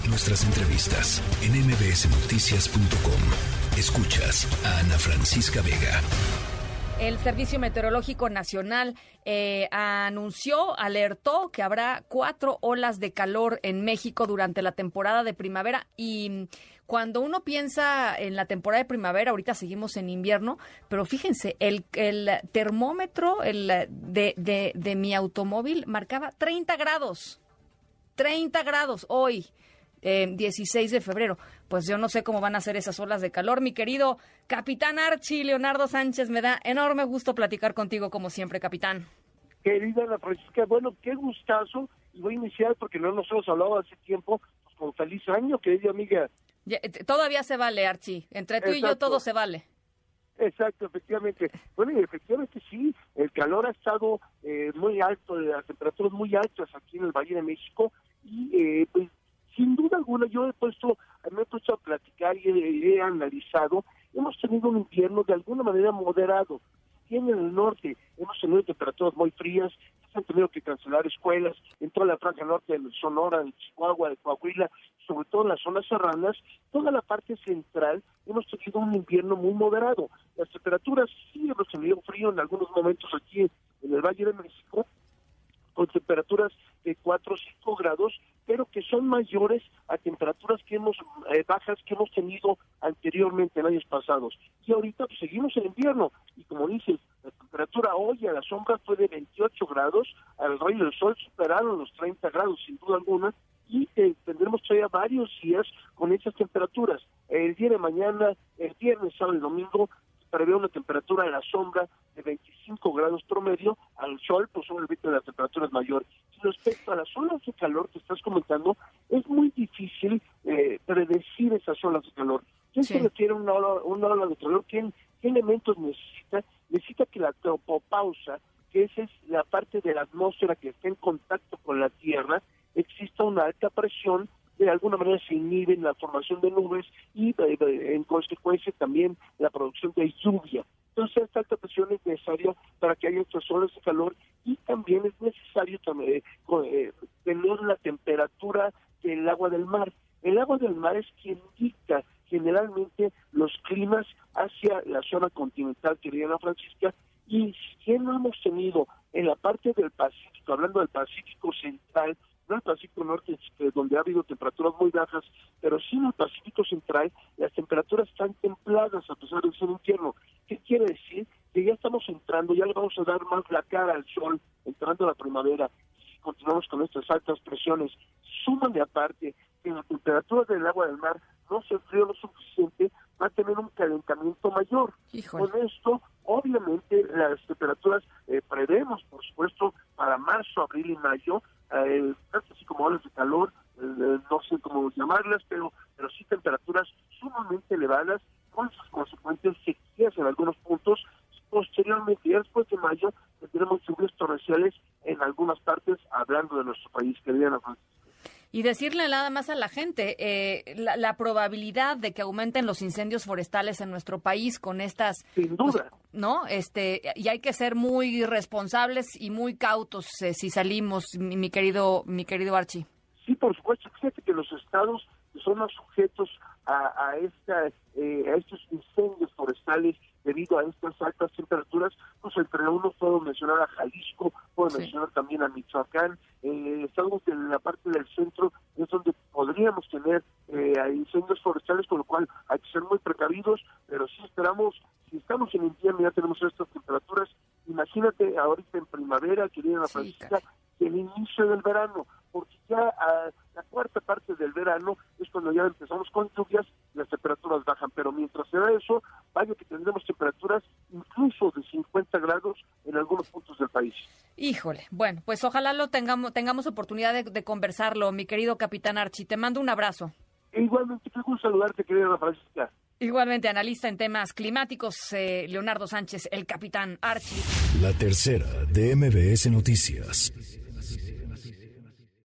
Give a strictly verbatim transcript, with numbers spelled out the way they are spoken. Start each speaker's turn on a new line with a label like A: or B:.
A: Nuestras entrevistas en eme be ese noticias punto com. Escuchas a Ana Francisca Vega.
B: El Servicio Meteorológico Nacional eh, anunció, alertó que habrá cuatro olas de calor en México durante la temporada de primavera. Y cuando uno piensa en la temporada de primavera, ahorita seguimos en invierno, pero fíjense, el, el termómetro el de, de, de mi automóvil marcaba treinta grados. treinta grados hoy. Eh, dieciséis de febrero, pues yo no sé cómo van a ser esas olas de calor. Mi querido Capitán Archi, Leonardo Sánchez, me da enorme gusto platicar contigo como siempre, capitán.
C: Querida Ana Francisca, bueno, qué gustazo, y voy a iniciar porque no nos hemos hablado hace tiempo, pues con feliz año, querida amiga.
B: Ya, todavía se vale, Archi, entre tú Exacto. y yo todo se vale.
C: Exacto, efectivamente. Bueno, y efectivamente sí, el calor ha estado eh, muy alto, las temperaturas muy altas aquí en el Valle de México, y eh, pues sin duda alguna, yo he puesto, me he puesto a platicar y he, he analizado, hemos tenido un invierno de alguna manera moderado. Y en el norte hemos tenido temperaturas muy frías, se han tenido que cancelar escuelas en toda la franja norte de Sonora, de Chihuahua, de Coahuila, sobre todo en las zonas serranas. Toda la parte central hemos tenido un invierno muy moderado. Las temperaturas sí hemos tenido frío en algunos momentos aquí en el Valle de México, con temperaturas de cuatro o cinco grados, pero que son mayores a temperaturas que hemos eh, bajas que hemos tenido anteriormente en años pasados. Y ahorita pues, seguimos en invierno, y como dices, la temperatura hoy a la sombra fue de veintiocho grados, al rayo del sol superaron los treinta grados sin duda alguna, y eh, tendremos todavía varios días con esas temperaturas. El día de mañana, el viernes, sábado y domingo, prevé una temperatura a la sombra de veinticinco grados promedio, al sol, pues obviamente la temperatura es mayor. Y respecto a las olas de calor que estás comentando, es muy difícil eh, predecir esas olas de calor. ¿Qué sí. se refiere a una ola, una ola de calor? ¿Qué, ¿Qué elementos necesita? Necesita que la tropopausa, que esa es la parte de la atmósfera que está en contacto con la Tierra, exista una alta presión, de alguna manera se inhibe la formación de nubes y eh, en consecuencia también la producción de lluvia. Entonces esta alta presión es necesaria para que haya estas olas de calor, y también es necesario también, eh, tener la temperatura del agua del mar. El agua del mar es quien dicta generalmente los climas hacia la zona continental, querida Ana Francisca, y si no hemos tenido en la parte del Pacífico, hablando del Pacífico Central, no el Pacífico Norte, donde ha habido temperaturas muy bajas, pero sí en el Pacífico Central las temperaturas están templadas a pesar de ser invierno. ¿Qué quiere decir? Que ya estamos entrando, ya le vamos a dar más la cara al sol, entrando a la primavera. Si continuamos con estas altas presiones, súmale aparte que la temperatura del agua del mar no se enfrió lo suficiente, va a tener un calentamiento mayor. Híjole. Con esto, obviamente, las temperaturas eh, prevemos, por supuesto, para marzo, abril y mayo, Eh, así como olas de calor, eh, no sé cómo llamarlas, pero pero sí temperaturas sumamente elevadas, con sus consecuentes sequías en algunos puntos. Posteriormente, ya después de mayo, tendremos lluvias torrenciales en algunas partes, hablando de nuestro país, querida Ana Francisca.
B: Y decirle nada más a la gente, eh, la, la probabilidad de que aumenten los incendios forestales en nuestro país con estas...
C: Sin duda.
B: Pues, ¿no? Este, y hay que ser muy responsables y muy cautos eh, si salimos, mi, mi querido mi querido Archie.
C: Sí, por supuesto. Fíjate que los estados que son más sujetos a, a, esta, eh, a estos incendios forestales debido a estas altas temperaturas, pues entre uno puedo mencionar a Jalisco, puedo sí. mencionar también a Michoacán, eh, estamos en la parte del centro, es donde podríamos tener eh, incendios forestales, con lo cual hay que ser muy precavidos, pero sí esperamos, si estamos en invierno ya tenemos estas temperaturas, imagínate ahorita en primavera, querida Ana Francisca, sí, el inicio del verano, porque ya a la cuarta parte del verano es cuando ya empezamos con lluvias, las temperaturas bajan, pero mientras se da eso, vaya que tendremos temperaturas incluso de cincuenta grados en algunos puntos del país.
B: Híjole, bueno, pues ojalá lo tengamos tengamos oportunidad de, de conversarlo, mi querido Capitán Archi. Te mando un abrazo.
C: E igualmente, qué gusto saludarte, querida Ana Francisca.
B: Igualmente, analista en temas climáticos, eh, Leonardo Sánchez, el Capitán Archi.
A: La tercera de eme be ese Noticias.